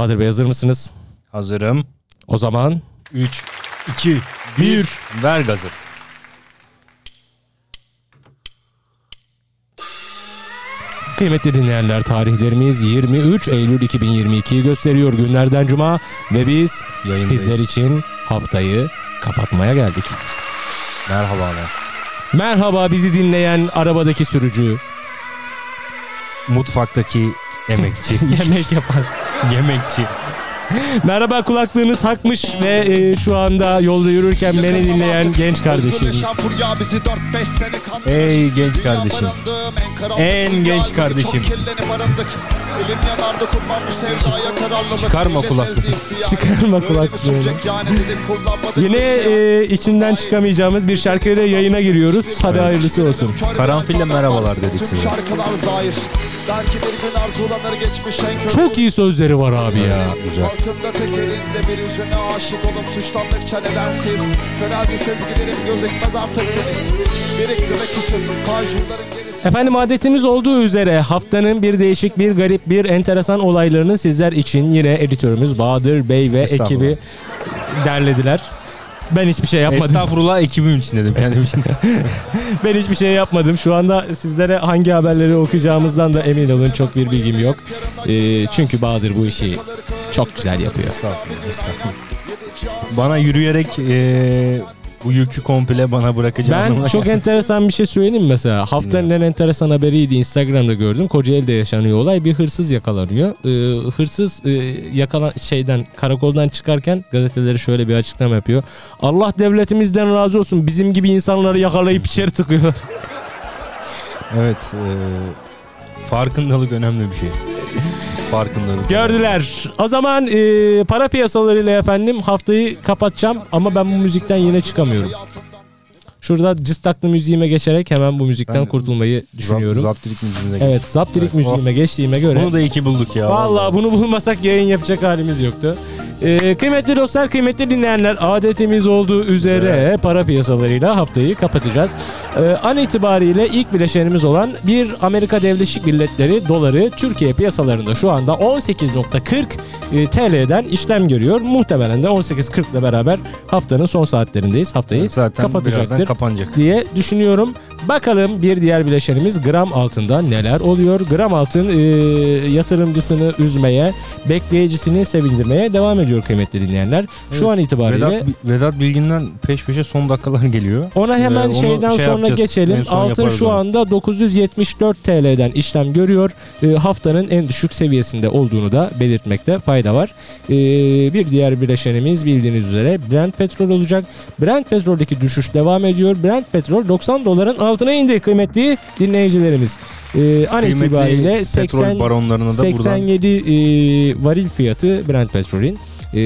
Bahadır Bey hazır mısınız? Hazırım. O zaman 3, 2, 1. Ver gazı. Kıymetli dinleyenler, tarihlerimiz 23 Eylül 2022'yi gösteriyor, günlerden cuma ve biz Yayındayız. Sizler için haftayı kapatmaya geldik. Merhabalar. Merhaba bizi dinleyen arabadaki sürücü, Mutfaktaki emekçi. yemek yapan. Yemekçi. Merhaba kulaklığını takmış ve şu anda yolda yürürken beni dinleyen genç kardeşim. Ey genç kardeşim. En genç kardeşim. Çıkarma kulaklığını. Çıkarma kulaklığını. Yine içinden çıkamayacağımız bir şarkıyla yayına giriyoruz. Hadi hayırlısı olsun. Karanfille merhabalar dedik size. Çok iyi sözleri var abi ya. Güzel. Halkımda tek elinde bir yüzüne aşık olup suçlandıkça nedensiz Fenerci sezgilerim gözükmez artık deniz. Birikti ve küsür karşıların gerisi. Efendim, adetimiz olduğu üzere haftanın bir değişik, bir garip, bir enteresan olaylarını sizler için yine editörümüz Bahadır Bey ve ekibi derlediler. Ben hiçbir şey yapmadım. Estağfurullah, ekibim için dedim kendim için. Ben hiçbir şey yapmadım. Şu anda sizlere hangi haberleri okuyacağımızdan da emin olun, çok bir bilgim yok. Çünkü Bahadır bu işi çok güzel yapıyor. Estağfurullah. Bana yürüyerek bu yükü komple bana bırakacağım. Ben çok enteresan bir şey söyleyeyim mesela. Haftanın en enteresan haberiydi. Instagram'da gördüm. Kocaeli'de yaşanıyor olay. Bir hırsız yakalanıyor. Hırsız karakoldan çıkarken gazetelere şöyle bir açıklama yapıyor. Allah devletimizden razı olsun. Bizim gibi insanları yakalayıp içeri tıkıyor. Evet. Farkındalık önemli bir şey. Farkındalık. Gördüler. O zaman para piyasalarıyla efendim haftayı kapatacağım. Ama ben bu müzikten yine çıkamıyorum. Şurada cıstaklı müziğime geçerek hemen bu müzikten kurtulmayı düşünüyorum. Zaptirik müziğine. Evet, zaptirik müziğime geçtiğime göre. Bunu da iyi ki bulduk ya. Vallahi bunu bulmasak yayın yapacak halimiz yoktu. Kıymetli dostlar, kıymetli dinleyenler, adetimiz olduğu üzere para piyasalarıyla haftayı kapatacağız. An itibariyle ilk bileşenimiz olan bir Amerika Birleşik Devletleri doları Türkiye piyasalarında şu anda 18.40 TL'den işlem görüyor. Muhtemelen de 18.40 ile beraber haftanın son saatlerindeyiz. Haftayı zaten kapatacaktır kapanacak diye düşünüyorum. Bakalım bir diğer bileşenimiz gram altında neler oluyor? Gram altın yatırımcısını üzmeye, bekleyicisini sevindirmeye devam ediyor kıymetli dinleyenler. Şu an itibariyle Vedat Bilgin'den peş peşe son dakikalar geliyor. ona hemen şeyden sonra geçelim. Altın şu anda 974 TL'den işlem görüyor. Haftanın en düşük seviyesinde olduğunu da belirtmekte fayda var. Bir diğer bileşenimiz bildiğiniz üzere Brent petrol olacak. Brent petroldeki düşüş devam ediyor. Brent petrol 90 doların altına indi kıymetli dinleyicilerimiz. An itibariyle 87 varil fiyatı Brent petrolün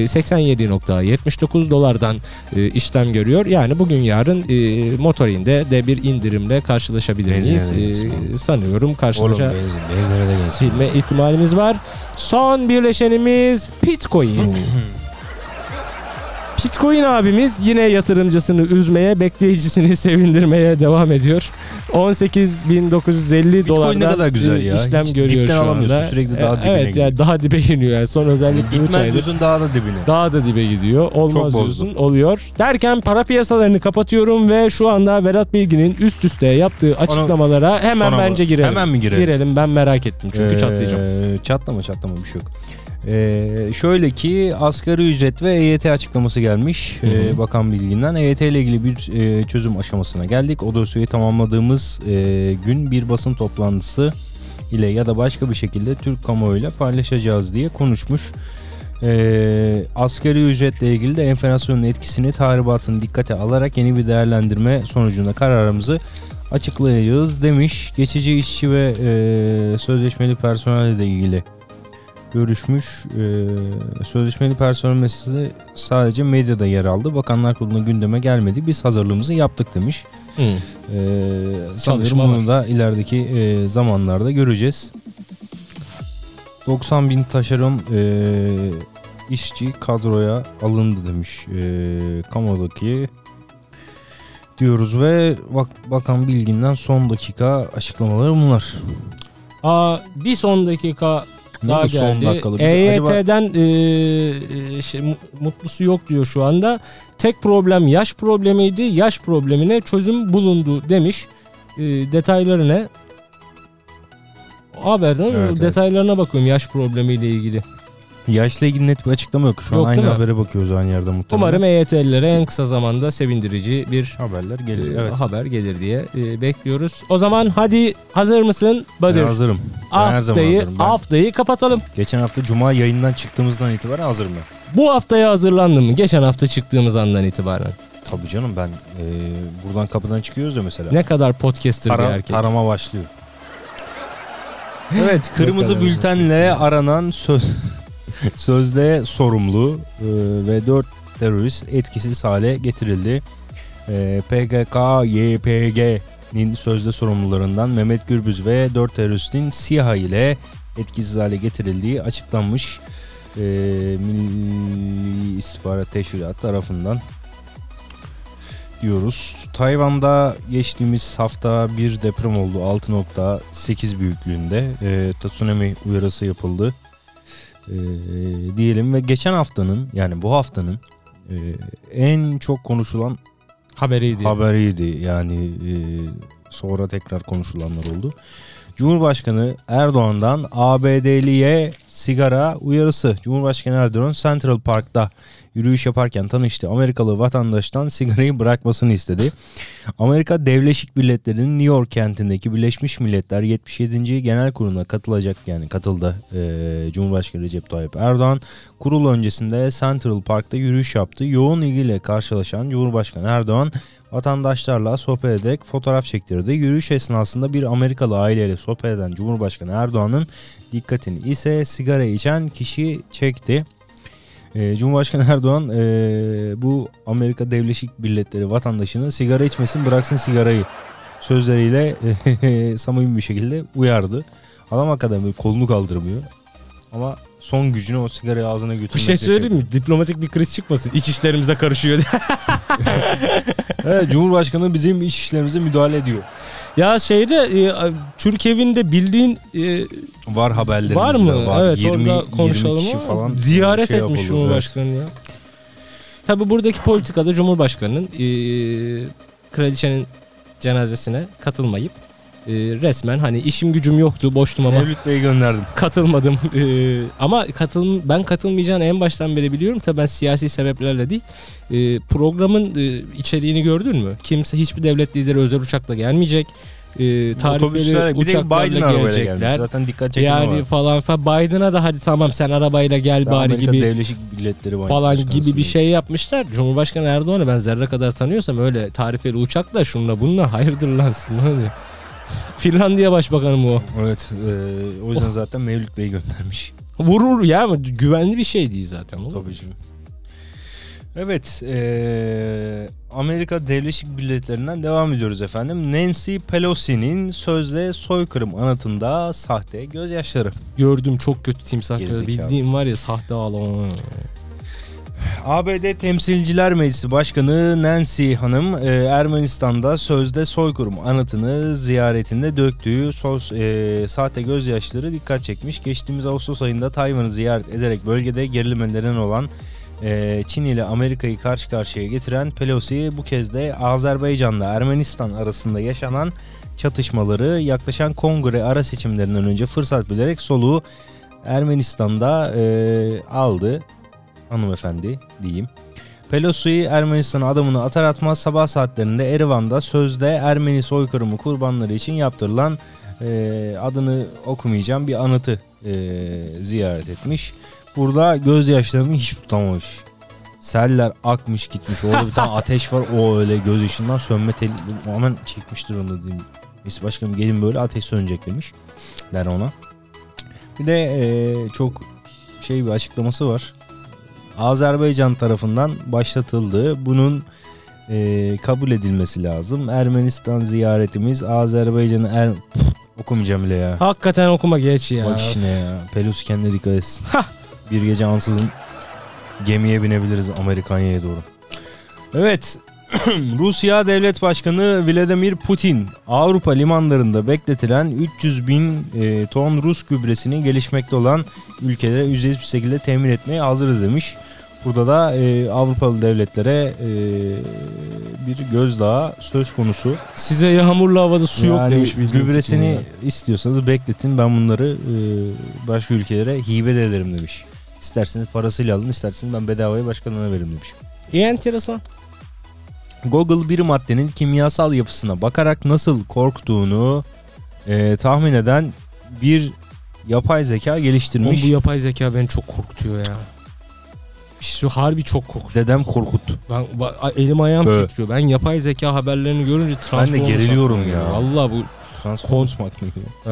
87.79 dolardan işlem görüyor. Yani bugün yarın motorinde de bir indirimle karşılaşabilir miyiz? Sanıyorum karşılaşabilme ihtimalimiz var. Son birleşenimiz Bitcoin. Bitcoin abimiz yine yatırımcısını üzmeye, bekleyicisini sevindirmeye devam ediyor. 18.950 dolardan ne kadar güzel ya. işlem hiç görüyor dipten şu alamıyorsun. anda. Sürekli daha dibine evet, yani daha dibe iniyor. Yani son özellikle gitmez diyorsun, daha da dibine. Daha da dibe gidiyor. Olmaz çok diyorsun, oluyor. Derken para piyasalarını kapatıyorum ve şu anda Vedat Bilgin'in üst üste yaptığı açıklamalara hemen bence girelim. Hemen mi girelim? Girelim, ben merak ettim çünkü çatlayacağım. Çatlama bir şey yok. Şöyle ki asgari ücret ve EYT açıklaması gelmiş Bakan Bilgin'den. EYT ile ilgili bir çözüm aşamasına geldik. O dosyayı tamamladığımız gün bir basın toplantısı ile ya da başka bir şekilde Türk kamuoyuyla paylaşacağız diye konuşmuş. Asgari ücretle ilgili de enflasyonun etkisini, tahribatını dikkate alarak yeni bir değerlendirme sonucunda kararımızı açıklayacağız demiş. Geçici işçi ve sözleşmeli personelle de ilgili görüşmüş. Sözleşmeli personel meselesi sadece medyada yer aldı. Bakanlar Kurulu'na gündeme gelmedi. Biz hazırlığımızı yaptık demiş. Sanırım bunu da ilerideki zamanlarda göreceğiz. 90.000 taşeron işçi kadroya alındı demiş kamudaki diyoruz ve Bakan Bilgin'den son dakika açıklamaları bunlar. Bir son dakika daha Bu son geldi. dakikalı. Biz EYT'den mutlusu yok diyor şu anda. Tek problem yaş problemiydi. Yaş problemine çözüm bulundu demiş. Detayları ne? Haberden Evet. detaylarına bakıyorum yaş problemiyle ilgili. Yaşla ilgili net bir açıklama yok. Şu Yok, an aynı değil mi? habere bakıyoruz aynı yerde muhtemelen. Umarım EYT'lilere en kısa zamanda sevindirici bir haberler gelir. Evet. haber gelir diye bekliyoruz. O zaman hadi hazır mısın Ben Badır? hazırım. Ben her zaman hazırım. Haftayı kapatalım. Geçen hafta Cuma yayından çıktığımızdan itibaren hazırım ben. Bu haftaya hazırlandın mı? Geçen hafta çıktığımız andan itibaren. Tabii canım ben buradan kapıdan çıkıyoruz ya mesela. Ne kadar podcaster bir erkek. Tarama başlıyor. Evet, kırmızı kadar bültenle aranan sözde sorumlu ve 4 terörist etkisiz hale getirildi. PKK-YPG'nin sözde sorumlularından Mehmet Gürbüz ve 4 teröristin SİHA ile etkisiz hale getirildiği açıklanmış. Milli İstihbarat Teşkilatı tarafından diyoruz. Tayvan'da geçtiğimiz hafta bir deprem oldu. 6.8 büyüklüğünde. Tsunami uyarısı yapıldı. Diyelim ve geçen haftanın yani bu haftanın en çok konuşulan haberiydi. Yani sonra tekrar konuşulanlar oldu. Cumhurbaşkanı Erdoğan'dan ABD'liye sigara uyarısı. Cumhurbaşkanı Erdoğan Central Park'ta yürüyüş yaparken tanıştığı Amerikalı vatandaştan sigarayı bırakmasını istedi. Amerika Devleşik Milletleri'nin New York kentindeki Birleşmiş Milletler 77. Genel Kurulu'na katıldı Cumhurbaşkanı Recep Tayyip Erdoğan. Kurul öncesinde Central Park'ta yürüyüş yaptı. Yoğun ilgiyle karşılaşan Cumhurbaşkanı Erdoğan vatandaşlarla sohbet ederek fotoğraf çektirdi. Yürüyüş esnasında bir Amerikalı aileyle sohbet eden Cumhurbaşkanı Erdoğan'ın dikkatini ise sigara içen kişi çekti. Cumhurbaşkanı Erdoğan bu Amerika Devleşik Milletleri vatandaşını sigara içmesin, bıraksın sigarayı sözleriyle samimi bir şekilde uyardı. Adam hakikaten böyle kolunu kaldırmıyor ama son gücünü o sigarayı ağzına götürmek. Bir şey söyleyeyim mi? Diplomatik bir kriz çıkmasın. İç işlerimize karışıyor. Evet, Cumhurbaşkanı bizim iç işlerimize müdahale ediyor. Ya Türk evinde bildiğin var haberlerimiz var mı? Var. Evet, 20 orada konuşalım kişi falan ziyaret etmiş yapıldı, Cumhurbaşkanı ya. Tabii buradaki politikada Cumhurbaşkanı'nın kraliçenin cenazesine katılmayıp resmen hani işim gücüm yoktu, boştum ama Mevlüt Bey'i gönderdim. katılmadım. Ama ben katılmayacağını en baştan beri biliyorum. Tabii ben siyasi sebeplerle değil. Programın içeriğini gördün mü? Kimse, hiçbir devlet lideri özel uçakla gelmeyecek. Tarifeli uçaklarla gelecekler. Zaten dikkat çeken yani falan. Biden'a da hadi tamam sen arabayla gel bari Amerika gibi Devleşik Milletleri falan gibi bir şey yapmışlar. Cumhurbaşkanı Erdoğan'ı ben zerre kadar tanıyorsam öyle tarifeli uçakla şunla bununla hayırdır lansın. Finlandiya Başbakanı mı o? Evet. O yüzden zaten Mevlüt Bey'i göndermiş. Vurur ya ama güvenli bir şey değil zaten. Tabii canım. Evet. Amerika Devleşik Milletleri'nden devam ediyoruz efendim. Nancy Pelosi'nin sözde soykırım anıtında sahte gözyaşları. Gördüm çok kötü timsah. Gerizekalı. Bildiğim var ya sahte ağlama. ABD Temsilciler Meclisi Başkanı Nancy Hanım Ermenistan'da sözde soykırım anıtını ziyaretinde döktüğü sahte gözyaşları dikkat çekmiş. Geçtiğimiz Ağustos ayında Tayvan'ı ziyaret ederek bölgede gerilimlerin olan Çin ile Amerika'yı karşı karşıya getiren Pelosi bu kez de Azerbaycan'la Ermenistan arasında yaşanan çatışmaları yaklaşan kongre ara seçimlerinden önce fırsat bilerek soluğu Ermenistan'da aldı. Hanımefendi diyeyim. Pelosi Ermenistan'a adımını atar atmaz sabah saatlerinde Erivan'da sözde Ermeni soykırımı kurbanları için yaptırılan adını okumayacağım bir anıtı ziyaret etmiş. Burada gözyaşlarını hiç tutamamış. Seller akmış gitmiş. Orada bir tane ateş var. O öyle göz yaşından sönme teli hemen çekmiştir onu diyeyim. Neyse başkanım gelin böyle ateş sönecek demiş. Der ona. Bir de çok bir açıklaması var. Azerbaycan tarafından başlatıldı. Bunun kabul edilmesi lazım. Ermenistan ziyaretimiz Azerbaycan'ı okumayacağım bile ya. Hakikaten okuma geç ya. Bak işine ya. Pelosi kendine dikkat etsin. Bir gece ansızın gemiye binebiliriz Amerikanya'ya doğru. Evet. Rusya Devlet Başkanı Vladimir Putin Avrupa limanlarında bekletilen 300 bin ton Rus gübresini gelişmekte olan ülkelere ücretsiz bir şekilde temin etmeye hazırız demiş. Burada da Avrupalı devletlere bir gözdağı söz konusu. Size yağmurlu havada su yok Yani demiş. gübresini istiyorsanız bekletin, ben bunları başka ülkelere hibe de ederim demiş. İsterseniz parasıyla alın, isterseniz ben bedavaya başkalarına veririm demiş. İyi, enteresan. Google bir maddenin kimyasal yapısına bakarak nasıl korktuğunu tahmin eden bir yapay zeka geliştirmiş. Oğlum bu yapay zeka beni çok korkutuyor ya. Şu harbi çok korkutuyor. Dedem korkuttu. Ben elim ayağım Evet. titriyor. Ben yapay zeka haberlerini görünce Transformers Ben de geriliyorum aklıma ya. geliyor. Vallahi bu Transformers makine.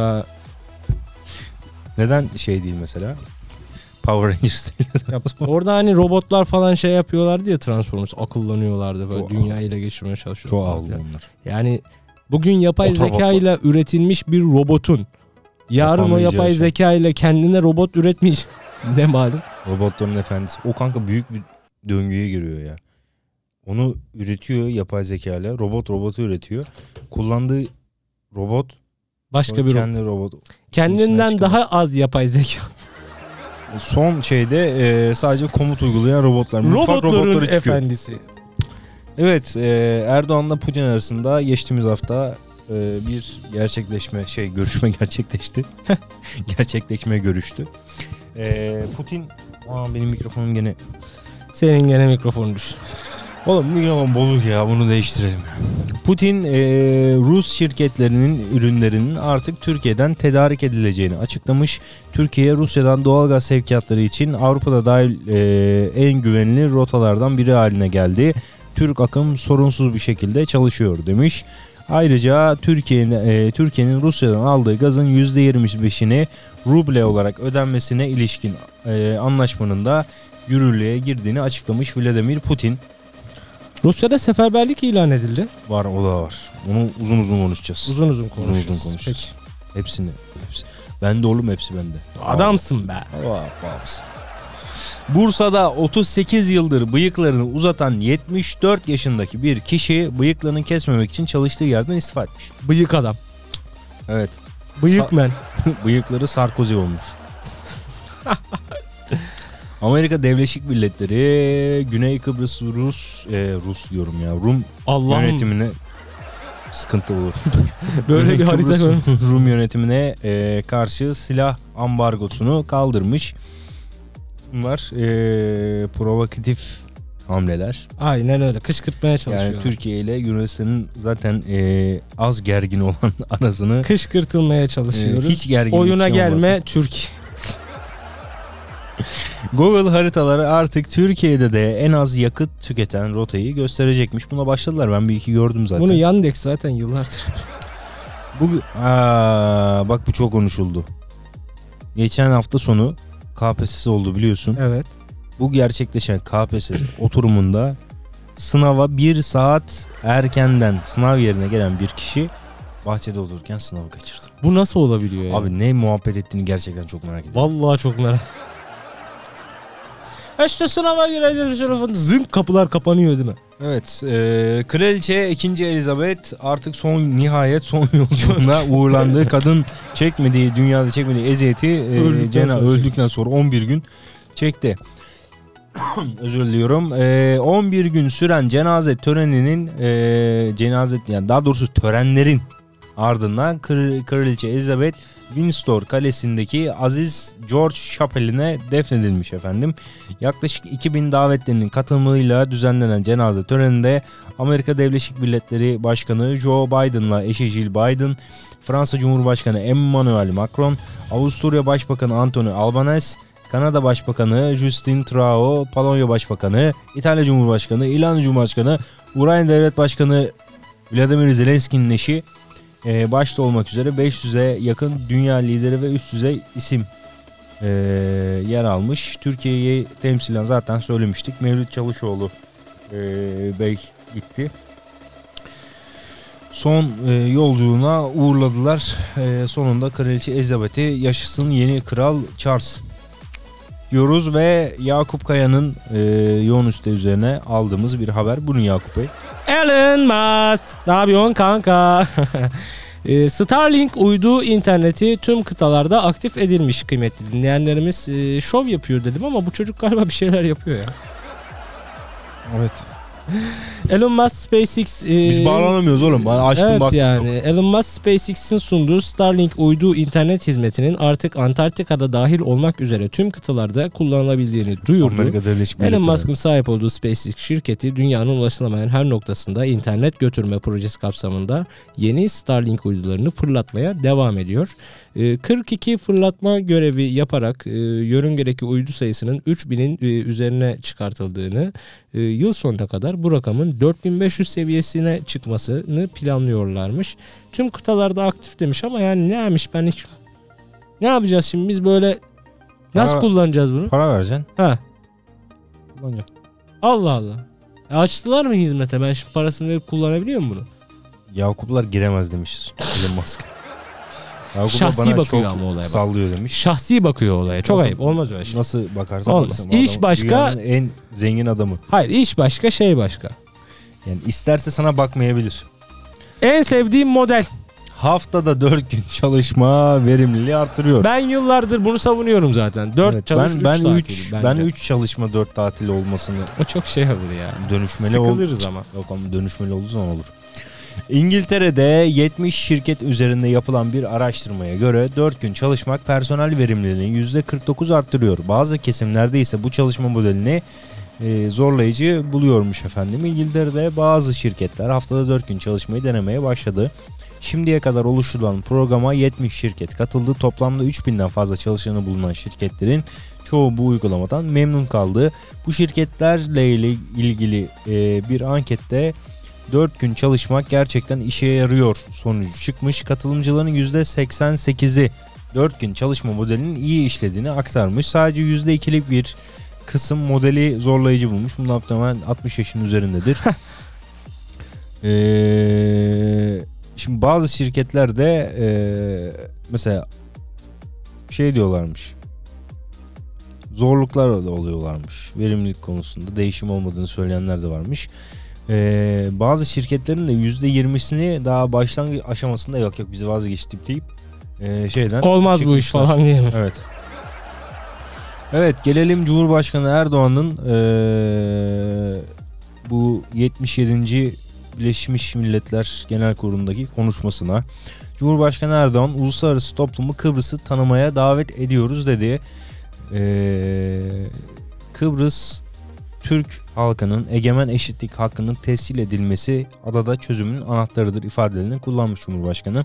Neden şey değil mesela? Power Rangers değil. orada hani robotlar falan şey yapıyorlardı ya, Transformers akıllanıyorlardı böyle, Çok dünyayı ele geçirmeye çalışıyor. Çok falan ağlı filan. onlar. Yani bugün yapay Otobotlar. zeka ile üretilmiş bir robotun yarın o Yapamayacağı yapay şey. zeka ile kendine robot üretmiş. Ne malum? Robotların efendisi. O kanka büyük bir döngüye giriyor ya. Onu üretiyor yapay zeka ile. Robotu üretiyor. Kullandığı robot Başka bir robot. kendi robot. Kendinden daha az yapay zeka. Son şeyde sadece komut uygulayan robotlar. Mutfak Robotların robotları çıkıyor. efendisi. Evet, Erdoğan'la Putin arasında geçtiğimiz hafta bir görüşme gerçekleşti. Gerçekleşme görüştü. Putin, benim mikrofonum gene. Senin gene mikrofonun düş. Oğlum mikrofon bozuk ya, bunu değiştirelim. Putin Rus şirketlerinin ürünlerinin artık Türkiye'den tedarik edileceğini açıklamış. Türkiye Rusya'dan doğalgaz sevkiyatları için Avrupa'da dahil en güvenilir rotalardan biri haline geldi. Türk akım sorunsuz bir şekilde çalışıyor demiş. Ayrıca Türkiye'nin Rusya'dan aldığı gazın %25'ini ruble olarak ödenmesine ilişkin anlaşmanın da yürürlüğe girdiğini açıklamış Vladimir Putin. Rusya'da seferberlik ilan edildi. Var, o da var. Onu uzun konuşacağız. Uzun konuşacağız. Peki. Hepsi. Bende oğlum, hepsi bende. Adamsın be. Babası. Bursa'da 38 yıldır bıyıklarını uzatan 74 yaşındaki bir kişi bıyıklarını kesmemek için çalıştığı yerden istifa etmiş. Bıyık adam. Evet. Bıyıkmen. Bıyıkları Sarkozy olmuş. Amerika Birleşik Milletleri Güney Kıbrıs Rum Allah'ım. yönetimine sıkıntı olur. Böyle Güney bir harita Kıbrıs görmüş. Rum yönetimine karşı silah ambargosunu kaldırmış. Bunlar provokatif hamleler. Aynen öyle. Kışkırtmaya çalışıyor. Yani Türkiye ile Yunanistan'ın zaten az gergin olan arasını kışkırtılmaya çalışıyoruz. hiç gergin oyuna gelme Türkiye. Google haritaları artık Türkiye'de de en az yakıt tüketen rotayı gösterecekmiş. Buna başladılar. Ben bir iki gördüm zaten. Bunu Yandex zaten yıllardır. Bak bu çok konuşuldu. Geçen hafta sonu KPSS oldu biliyorsun. Evet. Bu gerçekleşen KPSS oturumunda sınava 1 saat erkenden sınav yerine gelen bir kişi bahçede otururken sınavı kaçırdı. Bu nasıl olabiliyor ya? Abi ne muhabbet ettiğini gerçekten çok merak ediyorum. Vallahi çok merak. İşte sınava gireceğiz. Zınk kapılar kapanıyor değil mi? Evet. Kraliçe 2. Elizabeth artık nihayet son yolculuğuna uğurlandı. Kadın dünyada çekmediği eziyeti öldükten sonra 11 gün çekti. Özür diliyorum. 11 gün süren cenaze töreninin törenlerin ardından Kraliçe Elizabeth Windsor Kalesi'ndeki Aziz George Chapeli'ne defnedilmiş efendim. Yaklaşık 2000 davetlinin katılımıyla düzenlenen cenaze töreninde Amerika Birleşik Milletleri Başkanı Joe Biden'la eşi Jill Biden, Fransa Cumhurbaşkanı Emmanuel Macron, Avusturya Başbakanı Anthony Albanese, Kanada Başbakanı Justin Trudeau, Polonya Başbakanı, İtalya Cumhurbaşkanı, İrlanda Cumhurbaşkanı, Ukrayna Devlet Başkanı Vladimir Zelenski'nin eşi başta olmak üzere 500'e yakın dünya lideri ve üst düzey isim yer almış. Türkiye'yi temsilen zaten söylemiştik. Mevlüt Çavuşoğlu Bey gitti. Son yolculuğuna uğurladılar. Sonunda Kraliçe Elizabeth'i yaşasın yeni Kral Charles diyoruz ve Yakup Kaya'nın yoğun üste üzerine aldığımız bir haber. Bunu Yakup Bey. Elon Musk. Ne yapıyorsun kanka? Starlink uydu interneti tüm kıtalarda aktif edilmiş kıymetli dinleyenlerimiz. Şov yapıyor dedim ama bu çocuk galiba bir şeyler yapıyor ya. Evet. Elon Musk SpaceX... Biz bağlanamıyoruz oğlum. Ben açtım evet baktım. yani Elon Musk SpaceX'in sunduğu Starlink uydu internet hizmetinin artık Antarktika'da dahil olmak üzere tüm kıtalarda kullanılabildiğini duyurdu. Elon Musk'ın sahip olduğu SpaceX şirketi dünyanın ulaşılamayan her noktasında internet götürme projesi kapsamında yeni Starlink uydularını fırlatmaya devam ediyor. 42 fırlatma görevi yaparak yörüngedeki uydu sayısının 3000'in üzerine çıkartıldığını, yıl sonuna kadar bu rakamın 4500 seviyesine çıkmasını planlıyorlarmış. Tüm kıtalarda aktif demiş ama yani neymiş, ben hiç... Ne yapacağız şimdi biz böyle, nasıl kullanacağız bunu? Para vereceksin. Ha. Kullanacağım. Allah Allah. Açtılar mı hizmete? Ben şimdi parasını verip kullanabiliyor muyum bunu? Yakuplar giremez demişiz Elon Musk. Şahsi bakıyor ama olaya bak. Sallıyor demiş. Şahsi bakıyor olaya. Çok Nasıl, ayıp. Olmaz öyle şey. Nasıl bakarsan Olmaz. baksın. İş Adam başka. Dünyanın en zengin adamı. Hayır, iş başka, şey başka. Yani isterse sana bakmayabilir. En sevdiğim model. Haftada 4 gün çalışma verimliliği artırıyor. Ben yıllardır bunu savunuyorum zaten. 4 Evet, çalış, 3 tatil. ben 3 çalışma 4 tatil olmasını O çok şey olur ya. dönüşmeli Sıkılırız ama. Yok ama dönüşmeli olduğu zaman olur. İngiltere'de 70 şirket üzerinde yapılan bir araştırmaya göre 4 gün çalışmak personel verimliliğini %49 arttırıyor. Bazı kesimlerde ise bu çalışma modelini zorlayıcı buluyormuş efendim. İngiltere'de bazı şirketler haftada 4 gün çalışmayı denemeye başladı. Şimdiye kadar oluşturulan programa 70 şirket katıldı. Toplamda 3000'den fazla çalışanı bulunan şirketlerin çoğu bu uygulamadan memnun kaldı. Bu şirketlerle ilgili bir ankette 4 gün çalışmak gerçekten işe yarıyor sonucu çıkmış. Katılımcıların %88'i 4 gün çalışma modelinin iyi işlediğini aktarmış. Sadece %2'lik bir kısım modeli zorlayıcı bulmuş. Bundan muhtemelen 60 yaşın üzerindedir. Şimdi bazı şirketlerde mesela şey diyorlarmış. Zorluklar da oluyorlarmış. Verimlilik konusunda değişim olmadığını söyleyenler de varmış. Bazı şirketlerin de %20'sini daha başlangıç aşamasında yok biz vazgeçtik deyip şeyden olmaz bu iş falan diye mi? Evet. Evet, gelelim Cumhurbaşkanı Erdoğan'ın bu 77. Birleşmiş Milletler Genel Kurulu'ndaki konuşmasına. Cumhurbaşkanı Erdoğan uluslararası toplumu Kıbrıs'ı tanımaya davet ediyoruz dedi. Kıbrıs Türk halkının egemen eşitlik hakkının tescil edilmesi adada çözümün anahtarıdır ifadelerini kullanmış Cumhurbaşkanı.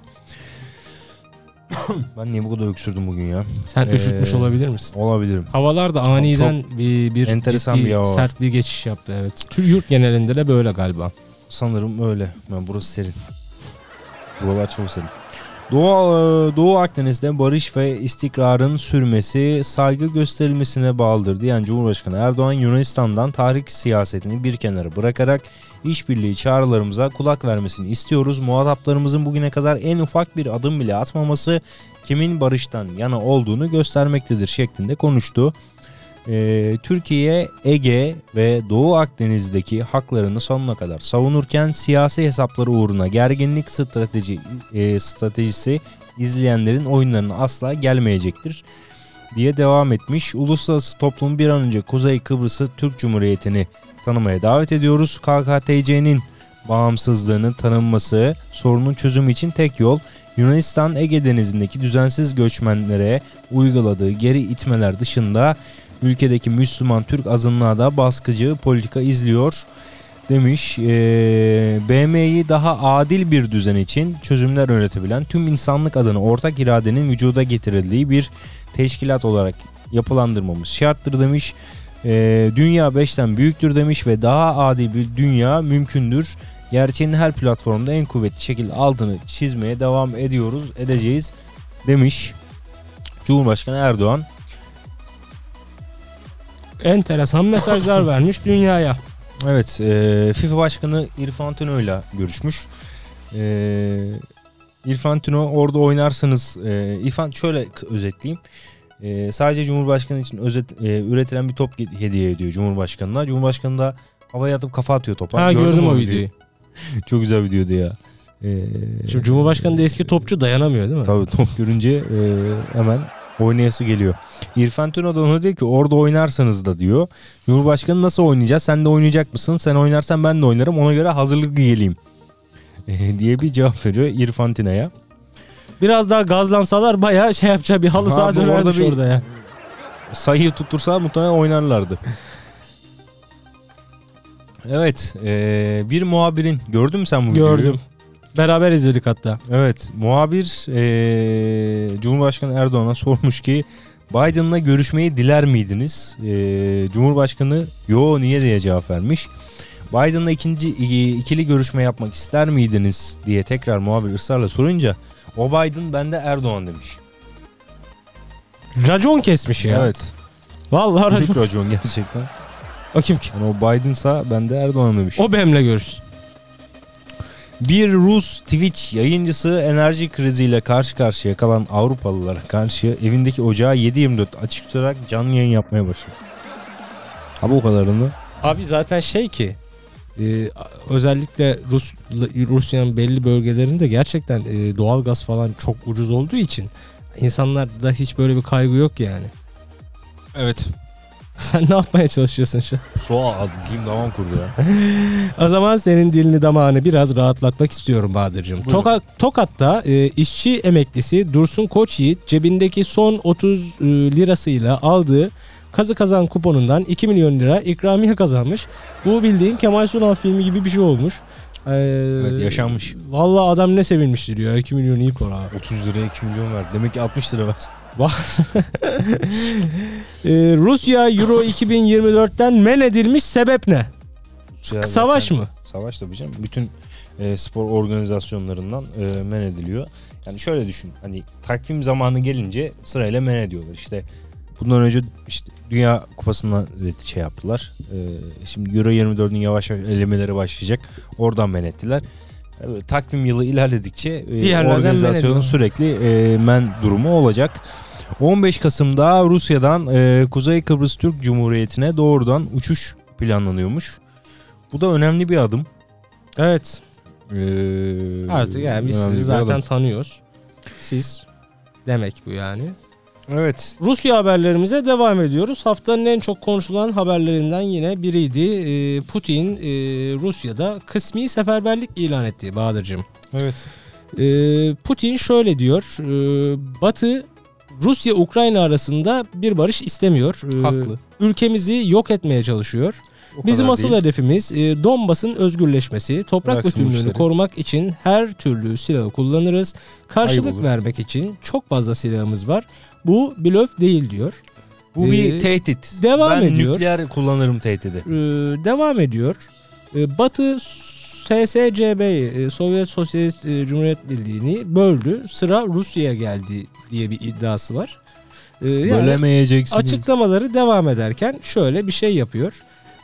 Ben niye bu kadar öksürdüm bugün ya? Sen üşütmüş olabilir misin? Olabilirim. Havalar da aniden bir enteresan ciddi, bir hava var. sert bir geçiş yaptı. Evet. Yurt genelinde de böyle galiba. Sanırım öyle. Burası serin. Buralar çok serin. Doğu Akdeniz'de barış ve istikrarın sürmesi saygı gösterilmesine bağlıdır diyen Cumhurbaşkanı Erdoğan, Yunanistan'dan tahrik siyasetini bir kenara bırakarak işbirliği çağrılarımıza kulak vermesini istiyoruz. Muhataplarımızın bugüne kadar en ufak bir adım bile atmaması kimin barıştan yana olduğunu göstermektedir şeklinde konuştu. Türkiye, Ege ve Doğu Akdeniz'deki haklarını sonuna kadar savunurken siyasi hesapları uğruna gerginlik stratejisi izleyenlerin oyunlarına asla gelmeyecektir diye devam etmiş. Uluslararası toplum bir an önce Kuzey Kıbrıs'ı Türk Cumhuriyeti'ni tanımaya davet ediyoruz. KKTC'nin bağımsızlığının tanınması sorunun çözümü için tek yol. Yunanistan Ege Denizi'ndeki düzensiz göçmenlere uyguladığı geri itmeler dışında ülkedeki Müslüman Türk azınlığa da baskıcı politika izliyor demiş. BM'yi daha adil bir düzen için çözümler üretebilen, tüm insanlık adına ortak iradenin vücuda getirildiği bir teşkilat olarak yapılandırmamız şarttır demiş. Dünya 5'ten büyüktür demiş ve daha adil bir dünya mümkündür. Gerçeğin her platformda en kuvvetli şekilde altını çizmeye devam edeceğiz demiş Cumhurbaşkanı Erdoğan. Enteresan mesajlar vermiş dünyaya. Evet, FIFA Başkanı Infantino ile görüşmüş. Infantino orada oynarsanız, şöyle özetleyeyim. Sadece Cumhurbaşkanı için üretilen bir top hediye ediyor Cumhurbaşkanı'na. Cumhurbaşkanı da havaya atıp kafa atıyor topa. Ha, gördüm o videoyu. Çok güzel videoydu ya. Şimdi Cumhurbaşkanı da eski topçu, dayanamıyor değil mi? Tabii top görünce hemen oynayası geliyor. İrfan Tuna da ona diyor ki orada oynarsanız da diyor. Cumhurbaşkanı nasıl oynayacağız? Sen de oynayacak mısın? Sen oynarsan ben de oynarım. Ona göre hazırlıklı geleyim. Diye bir cevap veriyor İrfan Tuna'ya. Biraz daha gazlansalar bayağı şey yapacak, bir halı saha dönermiş orada ya. Sayıyı tuttursa muhtemelen oynarlardı. Evet. Bir muhabirin, gördün mü sen bu videoyu? Gördüm. Beraber izledik hatta. Evet. Muhabir Cumhurbaşkanı Erdoğan'a sormuş ki Biden'la görüşmeyi diler miydiniz? Cumhurbaşkanı yo niye diye cevap vermiş. Biden'la ikili görüşme yapmak ister miydiniz diye tekrar muhabir ısrarla sorunca o Biden, ben de Erdoğan demiş. Racon kesmiş ya. Evet. Vallahi Büyük racon. racon gerçekten. O kim ki? Yani o Biden'sa ben de Erdoğan demiş. O benimle görüşsün. Bir Rus Twitch yayıncısı enerji kriziyle karşı karşıya kalan Avrupalılara karşı evindeki ocağı 7/24 açık tutarak canlı yayın yapmaya başladı. Abi o kadarını. Abi zaten şey ki özellikle Rusya'nın belli bölgelerinde gerçekten doğalgaz falan çok ucuz olduğu için insanlarda hiç böyle bir kaygı yok yani. Evet. Sen ne yapmaya çalışıyorsun şu an? Soğa dilim davam kurdu ya. O zaman senin dilini damağını biraz rahatlatmak istiyorum Bahadır'cığım. Tokat'ta işçi emeklisi Dursun Koçyiğit cebindeki son 30 lirasıyla aldığı kazı kazan kuponundan 2 milyon lira ikramiye kazanmış. Bu bildiğin Kemal Sunal filmi gibi bir şey olmuş. Evet, yaşanmış. Vallahi adam ne sevinmiştir ya, 2 milyon iyi para. 30 liraya 2 milyon verdi. Demek ki 60 lira versin. Rusya Euro 2024'ten men edilmiş, sebep ne? Savaş mı? Savaş tabii canım. Bütün spor organizasyonlarından men ediliyor. Yani şöyle düşün. Hani takvim zamanı gelince sırayla men ediyorlar. İşte bundan önce işte Dünya Kupası'ndan şey yaptılar. Şimdi Euro 24'ün yavaş yavaş elemeleri başlayacak. Oradan men ettiler. Takvim yılı ilerledikçe organizasyonun sürekli men durumu olacak. 15 Kasım'da Rusya'dan Kuzey Kıbrıs Türk Cumhuriyeti'ne doğrudan uçuş planlanıyormuş. Bu da önemli bir adım. Evet. Artık yani biz sizi zaten tanıyoruz. Siz demek bu yani. Evet. Rusya haberlerimize devam ediyoruz. Haftanın en çok konuşulan haberlerinden yine biriydi. Putin Rusya'da kısmi seferberlik ilan etti Bahadır'cığım. Evet. Putin şöyle diyor. Batı Rusya-Ukrayna arasında bir barış istemiyor. Haklı. Ülkemizi yok etmeye çalışıyor. Bizim asıl hedefimiz Donbas'ın özgürleşmesi. Toprak bütünlüğünü korumak için her türlü silahı kullanırız. Karşılık vermek için çok fazla silahımız var. Bu blöf değil diyor. Bu bir tehdit. Devam ediyor. Ben nükleer kullanırım tehdidi. Devam ediyor. Batı SSCB'yi, Sovyet Sosyalist Cumhuriyet Birliği'ni böldü. Sıra Rusya'ya geldi diye bir iddiası var. Bölemeyeceksin. Açıklamaları devam ederken şöyle bir şey yapıyor.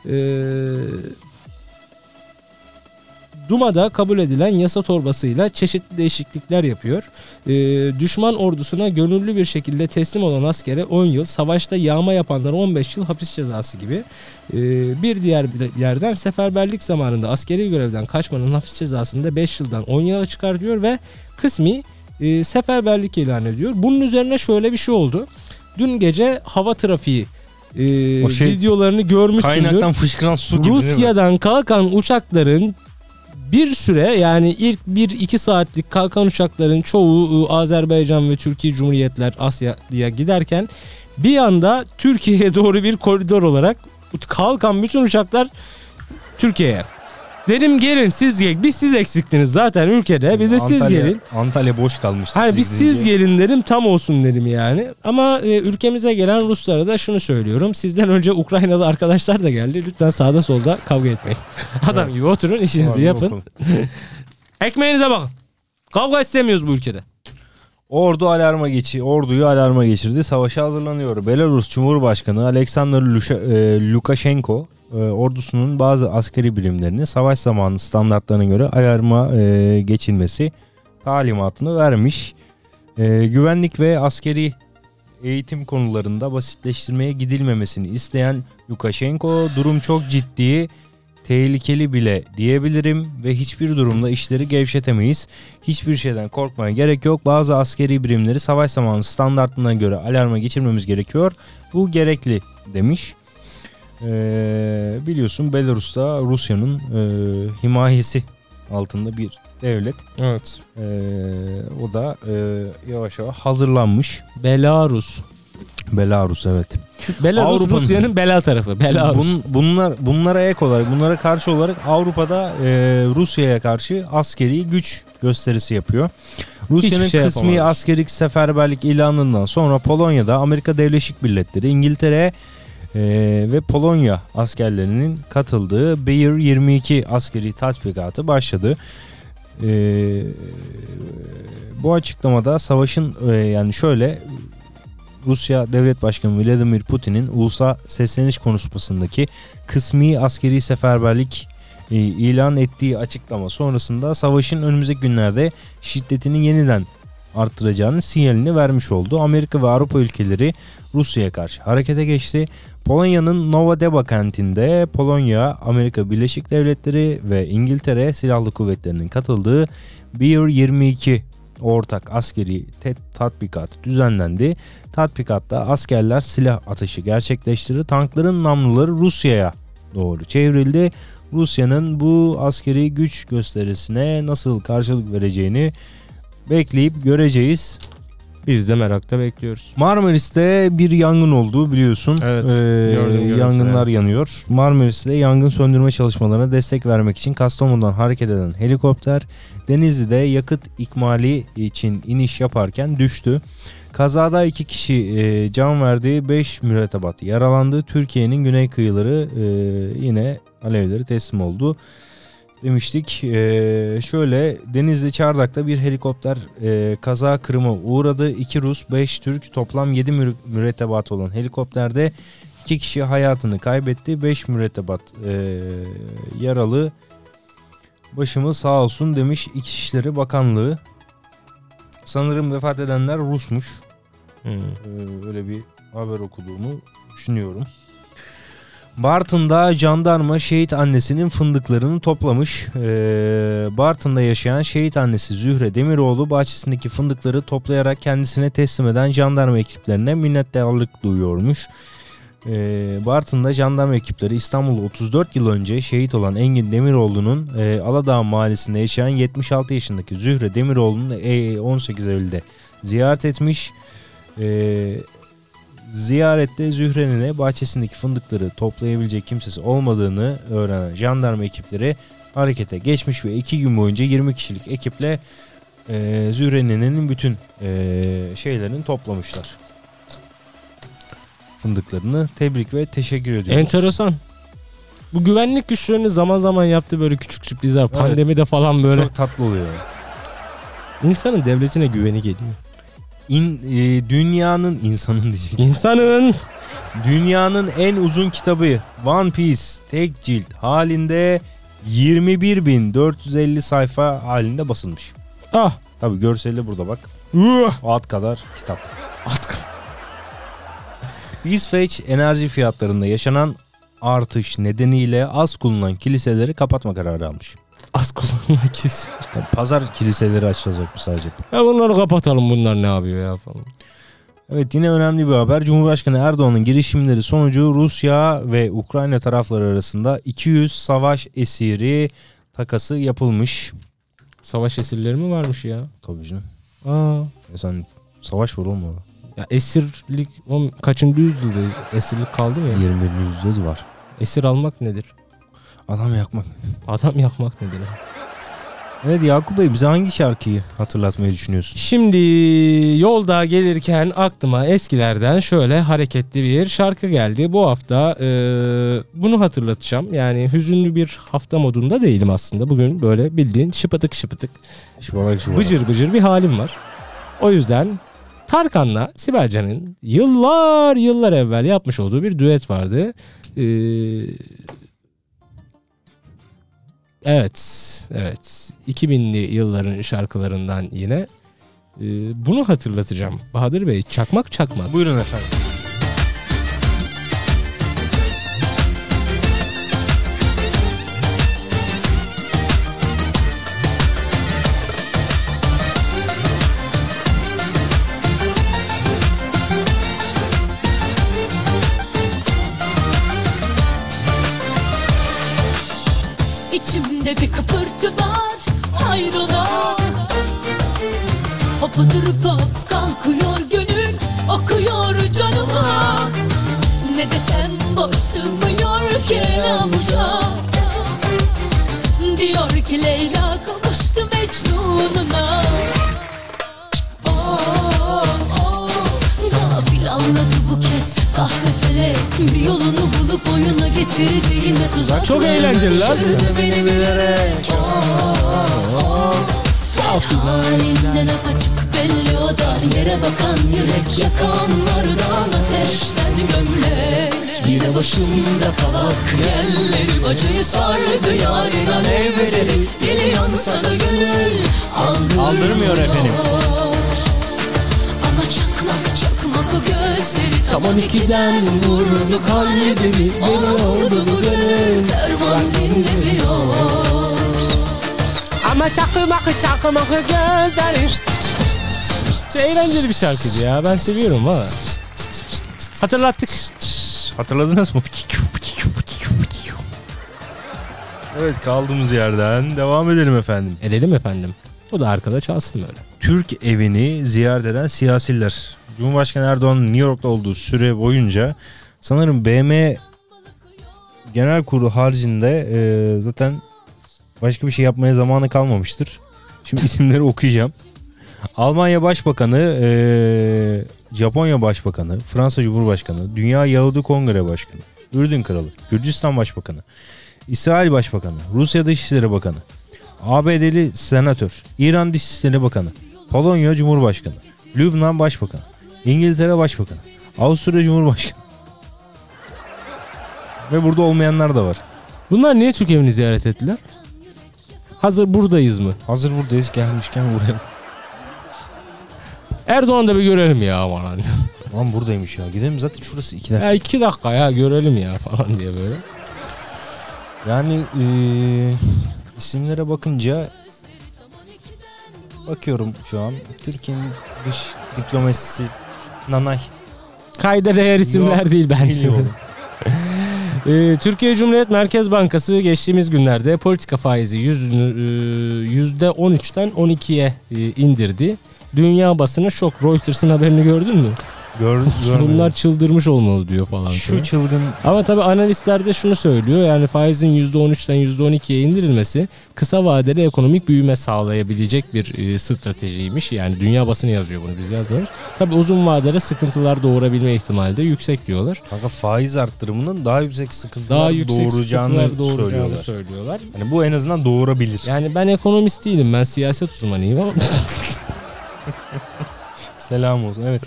Duma'da kabul edilen yasa torbasıyla çeşitli değişiklikler yapıyor. Düşman ordusuna gönüllü bir şekilde teslim olan askere 10 yıl, savaşta yağma yapanlara 15 yıl hapis cezası gibi. Bir diğer yerden seferberlik zamanında askeri görevden kaçmanın hapis cezasını da 5 yıldan 10 yıla çıkartıyor ve kısmi seferberlik ilan ediyor. Bunun üzerine şöyle bir şey oldu. Dün gece hava trafiği videolarını görmüşsündür. Kaynaktan fışkıran su gibi. Rusya'dan kalkan uçakların bir süre, yani ilk 1-2 saatlik kalkan uçakların çoğu Azerbaycan ve Türkiye Cumhuriyetler Asya'ya giderken bir anda Türkiye'ye doğru bir koridor olarak kalkan bütün uçaklar Türkiye'ye. Dedim gelin siz gelin. Biz siz eksiktiniz zaten ülkede. Bir de siz gelin. Antalya boş kalmıştı. Hayır, biz siz gelin dedim, tam olsun dedim yani. Ama ülkemize gelen Ruslara da şunu söylüyorum. Sizden önce Ukraynalı arkadaşlar da geldi. Lütfen sağda solda kavga etmeyin. Adam evet. gibi oturun, işinizi yapın. Ekmeğinize bakın. Kavga istemiyoruz bu ülkede. Orduyu alarma geçirdi. Savaşa hazırlanıyor. Belarus Cumhurbaşkanı Alexander Lukashenko ordusunun bazı askeri birimlerini savaş zamanı standartlarına göre alarma geçilmesi talimatını vermiş. Güvenlik ve askeri eğitim konularında basitleştirmeye gidilmemesini isteyen Lukashenko, durum çok ciddi, tehlikeli bile diyebilirim ve hiçbir durumda işleri gevşetemeyiz. Hiçbir şeyden korkmaya gerek yok. Bazı askeri birimleri savaş zamanı standartlarına göre alarma geçirmemiz gerekiyor. Bu gerekli demiş. Biliyorsun Belarus'ta Rusya'nın himayesi altında bir devlet. Evet. O da yavaş yavaş hazırlanmış. Belarus, evet. Belarus Avrupa'nın- Rusya'nın bela tarafı. Belarus. Bunlara ek olarak, bunlara karşı olarak Avrupa'da Rusya'ya karşı askeri güç gösterisi yapıyor. Rusya'nın Hiçbir şey kısmi yapamaz. askeri seferberlik ilanından sonra Polonya'da Amerika Birleşik Devletleri, İngiltere ve Polonya askerlerinin katıldığı Bear 22 askeri tatbikatı başladı. Bu açıklamada savaşın yani şöyle, Rusya Devlet Başkanı Vladimir Putin'in ulusa sesleniş konuşmasındaki kısmi askeri seferberlik ilan ettiği açıklama sonrasında savaşın önümüzdeki günlerde şiddetini yeniden arttıracağının sinyalini vermiş oldu. Amerika ve Avrupa ülkeleri Rusya'ya karşı harekete geçti. Polonya'nın Novodeva kentinde Polonya, Amerika Birleşik Devletleri ve İngiltere Silahlı Kuvvetleri'nin katıldığı Bear 22 ortak askeri tatbikat düzenlendi. Tatbikatta askerler silah atışı gerçekleştirdi. Tankların namluları Rusya'ya doğru çevrildi. Rusya'nın bu askeri güç gösterisine nasıl karşılık vereceğini bekleyip göreceğiz. Biz de merakla bekliyoruz. Marmaris'te bir yangın oldu biliyorsun. Evet, gördüm, yangınlar evet. yanıyor. Marmaris'te yangın söndürme çalışmalarına destek vermek için Kastamonu'dan hareket eden helikopter Denizli'de yakıt ikmali için iniş yaparken düştü. Kazada 2 kişi can verdi, 5 mürettebat yaralandı. Türkiye'nin güney kıyıları yine alevleri teslim oldu demiştik. Şöyle, Denizli Çardak'ta bir helikopter kaza kırıma uğradı. 2 Rus, 5 Türk, toplam 7 mürettebat olan helikopterde 2 kişi hayatını kaybetti. 5 mürettebat yaralı. Başımız sağ olsun demiş İçişleri Bakanlığı. Sanırım vefat edenler Rusmuş. Öyle bir haber okuduğumu düşünüyorum. Bartın'da jandarma şehit annesinin fındıklarını toplamış. Bartın'da yaşayan şehit annesi Zühre Demiroğlu bahçesindeki fındıkları toplayarak kendisine teslim eden jandarma ekiplerine minnettarlık duyuyormuş. Bartın'da jandarma ekipleri İstanbul'da 34 yıl önce şehit olan Engin Demiroğlu'nun Aladağ mahallesinde yaşayan 76 yaşındaki Zühre Demiroğlu'nu 18 Eylül'de ziyaret etmiş. Ziyarette Zühre'nin bahçesindeki fındıkları toplayabilecek kimsesi olmadığını öğrenen jandarma ekipleri harekete geçmiş ve 2 gün boyunca 20 kişilik ekiple Zühre'nin bütün şeylerini toplamışlar. Fındıklarını tebrik ve teşekkür ediyoruz. Enteresan. Bu güvenlik güçlerinin zaman zaman yaptığı böyle küçük sürprizler, evet. Pandemide falan böyle. Çok tatlı oluyor. İnsanın devletine güveni geliyor. Dünyanın insanın diyecek. Dünyanın en uzun kitabı One Piece tek cilt halinde 21.450 sayfa halinde basılmış. Tabii görseli burada bak. At kadar kitap. İsveç enerji fiyatlarında yaşanan artış nedeniyle az kullanılan kiliseleri kapatma kararı almış. Az kullanılan kilise. Pazar kiliseleri açılacakmış sadece. Ya bunları kapatalım, bunlar ne yapıyor ya falan. Evet, yine önemli bir haber. Cumhurbaşkanı Erdoğan'ın girişimleri sonucu Rusya ve Ukrayna tarafları arasında 200 savaş esiri takası yapılmış. Savaş esirleri mi varmış ya? Tabii canım. Sen savaş var oğlum orada. Ya esirlik kaçıncı yüzyıldayız? Esirlik kaldı mı ya? 21. yüzyılda var. Esir almak nedir? Adam yakmak. Adam yakmak nedir? Evet Yakup Bey, bize hangi şarkıyı hatırlatmayı düşünüyorsun? Şimdi yolda gelirken aklıma eskilerden şöyle hareketli bir şarkı geldi. Bu hafta bunu hatırlatacağım. Yani hüzünlü bir hafta modunda değilim aslında. Bugün böyle bildiğin şıpıtık şıpıtık, bıcır bıcır bir halim var. O yüzden Tarkan'la Sibel Can'ın yıllar evvel yapmış olduğu bir düet vardı. Evet. 2000'li yılların şarkılarından yine bunu hatırlatacağım. Bahadır Bey, çakmak. Buyurun efendim. İçimde bir kıpırtı var, hayrola. Hopadır hop kalkıyor gönül, okuyor canıma. Ne desem boş sığmıyor kelamuca. Diyor ki Leyla kavuştu Mecnun'una. Gafil anladı bu kez kahve felek, bir yolunu bulup oyuna getirdi yine tuzak. Çok eğlenceli lan. Düşürdü beni bilerek. Halinden apaçık belli o da, yere bakan yürek yakanlardan ateşten gömlek. Yine başımda kavak yerlerim, acıyı sardı yarın alevleri. Dili yansa da gönül aldırmıyor efendim. Ama çakmak çakmak o gözleri tam 12'den vurdu kalbimi. Veriyordu bu gönül derman dinlemiyor. Ama çakmak gözlerim. Eğlenceli bir şarkıydı ya. Ben seviyorum valla. Hatırlattık. Hatırladınız mı? Evet, kaldığımız yerden devam edelim efendim. Edelim efendim. Bu da arkada çalsın böyle. Türk evini ziyaret eden siyasiler. Cumhurbaşkanı Erdoğan'ın New York'ta olduğu süre boyunca sanırım BM Genel Kurulu haricinde zaten başka bir şey yapmaya zamanı kalmamıştır. Şimdi isimleri okuyacağım. Almanya Başbakanı, Japonya Başbakanı, Fransa Cumhurbaşkanı, Dünya Yahudi Kongre Başkanı, Ürdün Kralı, Gürcistan Başbakanı, İsrail Başbakanı, Rusya Dışişleri Bakanı, ABD'li Senatör, İran Dışişleri Bakanı, Polonya Cumhurbaşkanı, Lübnan Başbakanı, İngiltere Başbakanı, Avusturya Cumhurbaşkanı ve burada olmayanlar da var. Bunlar niye Türk evini ziyaret ettiler? Hazır buradayız mı? Hazır buradayız, gelmişken uğrayalım. Erdoğan'ı da bir görelim ya falan. Lan buradaymış ya. Gidelim, zaten şurası 2 dakika. Ya 2 dakika ya görelim ya falan diye böyle. Yani isimlere bakınca bakıyorum şu an. Türkiye'nin dış diplomasisi nanay. Kayda değer isimler Yok, değil bence. biliyorum. Türkiye Cumhuriyet Merkez Bankası geçtiğimiz günlerde politika faizi %13'ten 12'ye indirdi. Dünya basını şok. Reuters'ın haberini gördün mü? Bunlar çıldırmış olmalı diyor falan. Şu çılgın. Ama tabii analistler de şunu söylüyor. Yani faizin %13'ten %12'ye indirilmesi kısa vadeli ekonomik büyüme sağlayabilecek bir stratejiymiş. Yani dünya basını yazıyor, bunu biz yazmıyoruz. Tabii uzun vadede sıkıntılar doğurabilme ihtimali de yüksek diyorlar. Kanka faiz arttırımının daha yüksek sıkıntılar doğuracağını söylüyorlar. Yani bu en azından doğurabilir. Yani ben ekonomist değilim. Ben siyaset uzmanıyım ama. Selam olsun. Evet.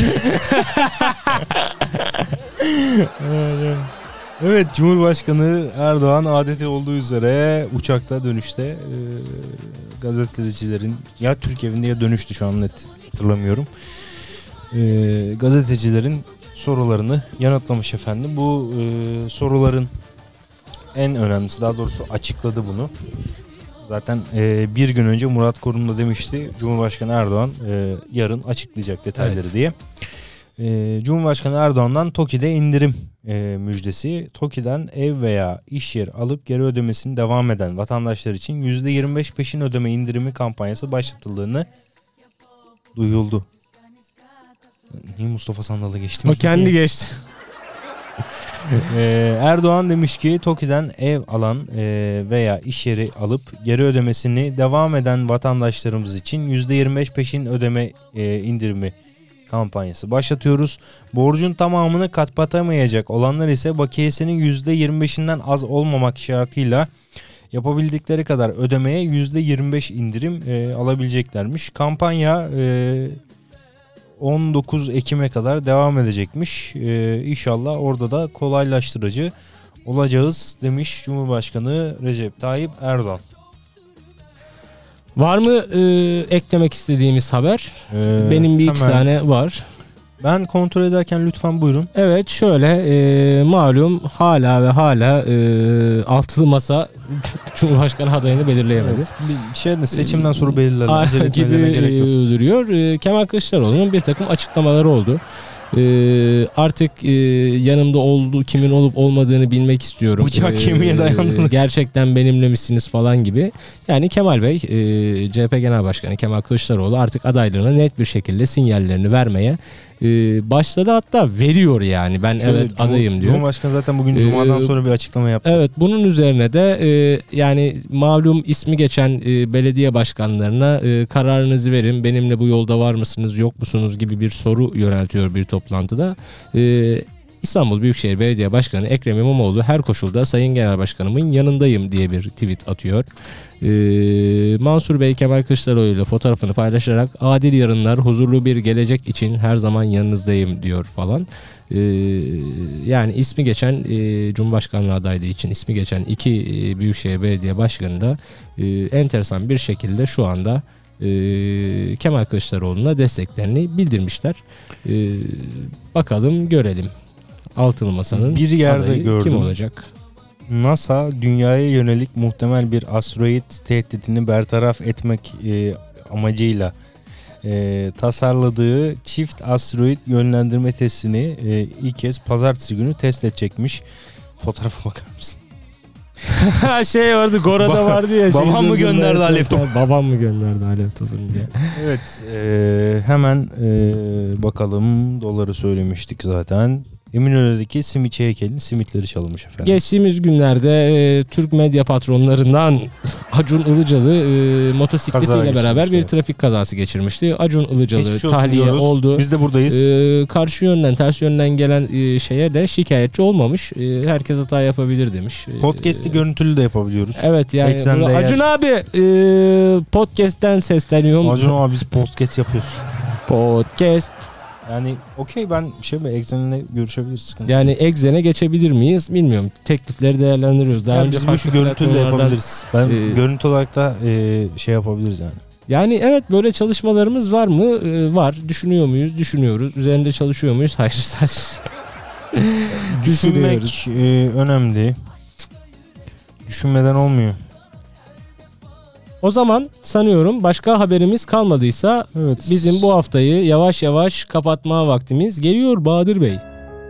Evet, Cumhurbaşkanı Erdoğan adeti olduğu üzere uçakta dönüşte gazetecilerin, ya Türk evinde ya dönüştü, şu an net hatırlamıyorum. Gazetecilerin sorularını yanıtlamış efendim. Bu soruların en önemlisi, daha doğrusu açıkladı bunu. Zaten bir gün önce Murat Kurum da demişti, Cumhurbaşkanı Erdoğan yarın açıklayacak detayları, evet, diye. Cumhurbaşkanı Erdoğan'dan TOKİ'de indirim müjdesi. TOKİ'den ev veya iş yeri alıp geri ödemesini devam eden vatandaşlar için %25 peşin ödeme indirimi kampanyası başlatıldığını duyuldu. Niye Mustafa Sandal'a geçtim? O kendi geçti. Erdoğan demiş ki TOKİ'den ev alan veya iş yeri alıp geri ödemesini devam eden vatandaşlarımız için %25 peşin ödeme indirimi kampanyası başlatıyoruz. Borcun tamamını kapatamayacak olanlar ise bakiyesinin %25'inden az olmamak şartıyla yapabildikleri kadar ödemeye %25 indirim alabileceklermiş. Kampanya 19 Ekim'e kadar devam edecekmiş. İnşallah orada da kolaylaştırıcı olacağız demiş Cumhurbaşkanı Recep Tayyip Erdoğan. Var mı eklemek istediğimiz haber? Benim bir iki tane var. Ben kontrol ederken lütfen buyurun. Evet, şöyle malum hala altılı masa Cumhurbaşkanı adayını belirleyemedi. Evet, bir seçimden sonra belirlerler. Gibi duruyor. Kemal Kılıçdaroğlu'nun bir takım açıklamaları oldu. Artık yanımda kimin olup olmadığını bilmek istiyorum. Bıçak kemiğe dayandı. Gerçekten benimle misiniz falan gibi. Yani Kemal Bey, CHP Genel Başkanı Kemal Kılıçdaroğlu artık adaylığına net bir şekilde sinyallerini vermeye başladı, hatta veriyor yani. Ben evet adayım diyor. Cumhurbaşkanı zaten bugün Cuma'dan sonra bir açıklama yaptı. Evet, bunun üzerine de yani malum ismi geçen belediye başkanlarına kararınızı verin, benimle bu yolda var mısınız yok musunuz gibi bir soru yöneltiyor bir toplantıda. İstanbul Büyükşehir Belediye Başkanı Ekrem İmamoğlu her koşulda Sayın Genel Başkanımın yanındayım diye bir tweet atıyor. Mansur Bey Kemal Kılıçdaroğlu ile fotoğrafını paylaşarak adil yarınlar, huzurlu bir gelecek için her zaman yanınızdayım diyor falan. Yani ismi geçen Cumhurbaşkanlığı adaylığı için ismi geçen iki Büyükşehir Belediye Başkanı da enteresan bir şekilde şu anda Kemal Kılıçdaroğlu'na desteklerini bildirmişler. Bakalım görelim. Altılı Masa'nın bir yerde adayı gördüm. kim olacak? NASA dünyaya yönelik muhtemel bir asteroid tehdidini bertaraf etmek amacıyla tasarladığı çift asteroid yönlendirme testini ilk kez pazartesi günü test edecekmiş. Fotoğrafa bakar mısın? Şey vardı, Gora'da vardı ya. Babam mı gönderdi alev topu? Babam mı gönderdi alev topunu diye. Evet, hemen bakalım, doları söylemiştik zaten. Eminönü'ndeki simitçi heykelinin simitleri çalınmış efendim. Geçtiğimiz günlerde Türk medya patronlarından Acun Ilıcalı motosikletiyle beraber bir trafik kazası geçirmişti. Acun Ilıcalı tahliye diyoruz. Oldu. Biz de buradayız. Karşı yönden, ters yönden gelen şeye de şikayetçi olmamış. Herkes hata yapabilir demiş. Podcast'i görüntülü de yapabiliyoruz. Evet yani. Acun abi podcast'ten sesleniyorum. Acun abi biz podcast yapıyoruz. Podcast. Yani okey, ben Exxen'le görüşebiliriz. Yani Exxen'e geçebilir miyiz bilmiyorum. Teklifleri değerlendiriyoruz. Daha önce biz bu işi görüntülü de yapabiliriz. Ben görüntü olarak da yapabiliriz yani. Yani evet, böyle çalışmalarımız var mı? Var. Düşünüyor muyuz? Düşünüyoruz. Üzerinde çalışıyor muyuz? Hayır. Düşünmek önemli. Düşünmeden olmuyor. O zaman sanıyorum başka haberimiz kalmadıysa bizim bu haftayı yavaş yavaş kapatma vaktimiz geliyor Bahadır Bey.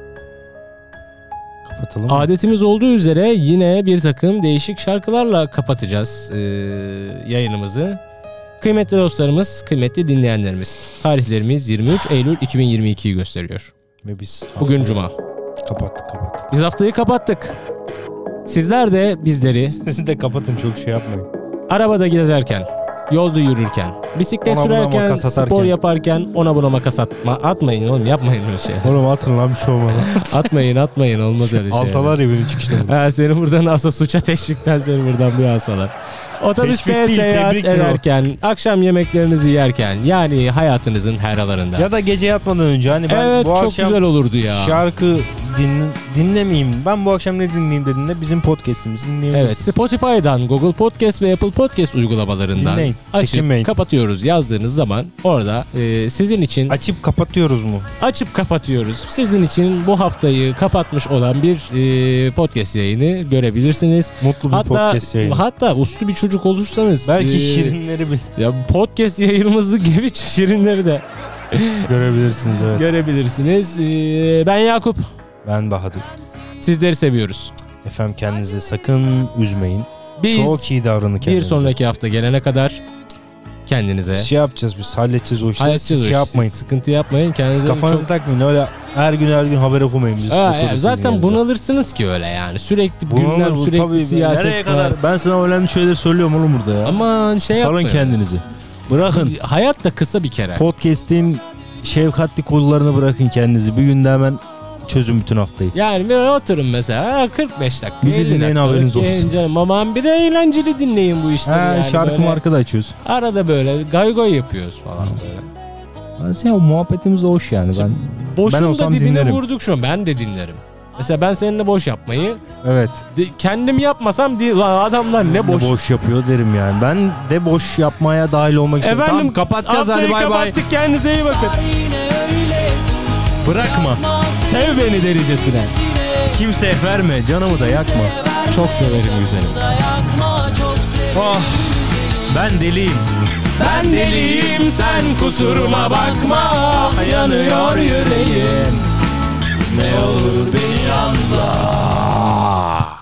Kapatalım. Adetimiz olduğu üzere yine bir takım değişik şarkılarla kapatacağız yayınımızı. Kıymetli dostlarımız, kıymetli dinleyenlerimiz, tarihlerimiz 23 Eylül 2022'yi gösteriyor. Ve biz bugün Cuma. Kapattık. Biz haftayı kapattık. Sizler de bizleri siz de kapatın, çok şey yapmayın. Arabada gezerken, yolda yürürken, bisiklet sürerken, spor yaparken ona buna makas atmayın oğlum, yapmayın öyle şey. Oğlum atın lan, bir şey olmaz. atmayın olmaz öyle şey. Alsalar ya benim çıkışta. Seni buradan asa, suça teşvikten seni buradan bir alsalar. Otobüste seyahat ederken, akşam yemeklerinizi yerken, yani hayatınızın her alanında. Ya da gece yatmadan önce hani ben evet, bu çok akşam güzel olurdu ya. Şarkı dinlemeyeyim. Ben bu akşam ne dinleyeyim dediğinde bizim podcast'imizi dinleyebilirsiniz. Evet, Spotify'dan, Google Podcast ve Apple Podcast uygulamalarından dinleyin, açıp kapatıyoruz yazdığınız zaman orada sizin için açıp kapatıyoruz mu? Açıp kapatıyoruz. Sizin için bu haftayı kapatmış olan bir podcast yayını görebilirsiniz. Mutlu bir podcast yayını. Hatta uslu bir çocuk olursanız belki şirinleri bil. Ya podcast yayınımızı gibi şirinleri de görebilirsiniz, evet. Görebilirsiniz. Ben Yakup. Ben Bahadır. Sizleri seviyoruz. Efendim, kendinizi sakın üzmeyin. Biz çok iyi davranın kendinize. Bir sonraki hafta gelene kadar kendinize yapacağız biz. Halledeceğiz o işleri. Siz yapmayın. Sıkıntı yapmayın. Kendinize kafanızı takmayın. Öyle her gün haber okumayın. Biz zaten bunalırsınız ki öyle yani. Sürekli gündem, sürekli tabii, siyaset. Nereye kadar? Ben sana önemli şeyler söylüyorum oğlum burada ya. Aman yapmayın kendinizi. Bırakın. Hayat da kısa bir kere. Podcast'in şefkatli kollarını bırakın kendinizi. Bir günde hemen çözün bütün haftayı. Yani böyle oturun mesela 45 dakika. Bizi dinleyin, haberiniz olsun. Canım, aman bir de eğlenceli dinleyin bu işleri. Yani şarkı marka da açıyoruz. Arada böyle gaygoy yapıyoruz falan böyle. Muhabbetimiz hoş yani. Boşun da dibine dinlerim. Vurduk şu an. Ben de dinlerim. Mesela ben seninle boş yapmayı kendim yapmasam değil, adamlar ne boş yapıyor derim yani. Ben de boş yapmaya dahil olmak istiyorum. Efendim, tamam, kapatacağız, hadi bay bay. Kapattık, kendinize iyi bakın. Bırakma. Sev beni derecesine. Kimseye verme, canımı da yakma. Çok severim güzelim. Ben deliyim. Ben deliyim sen kusuruma bakma. Yanıyor yüreğim, ne olur beni anla.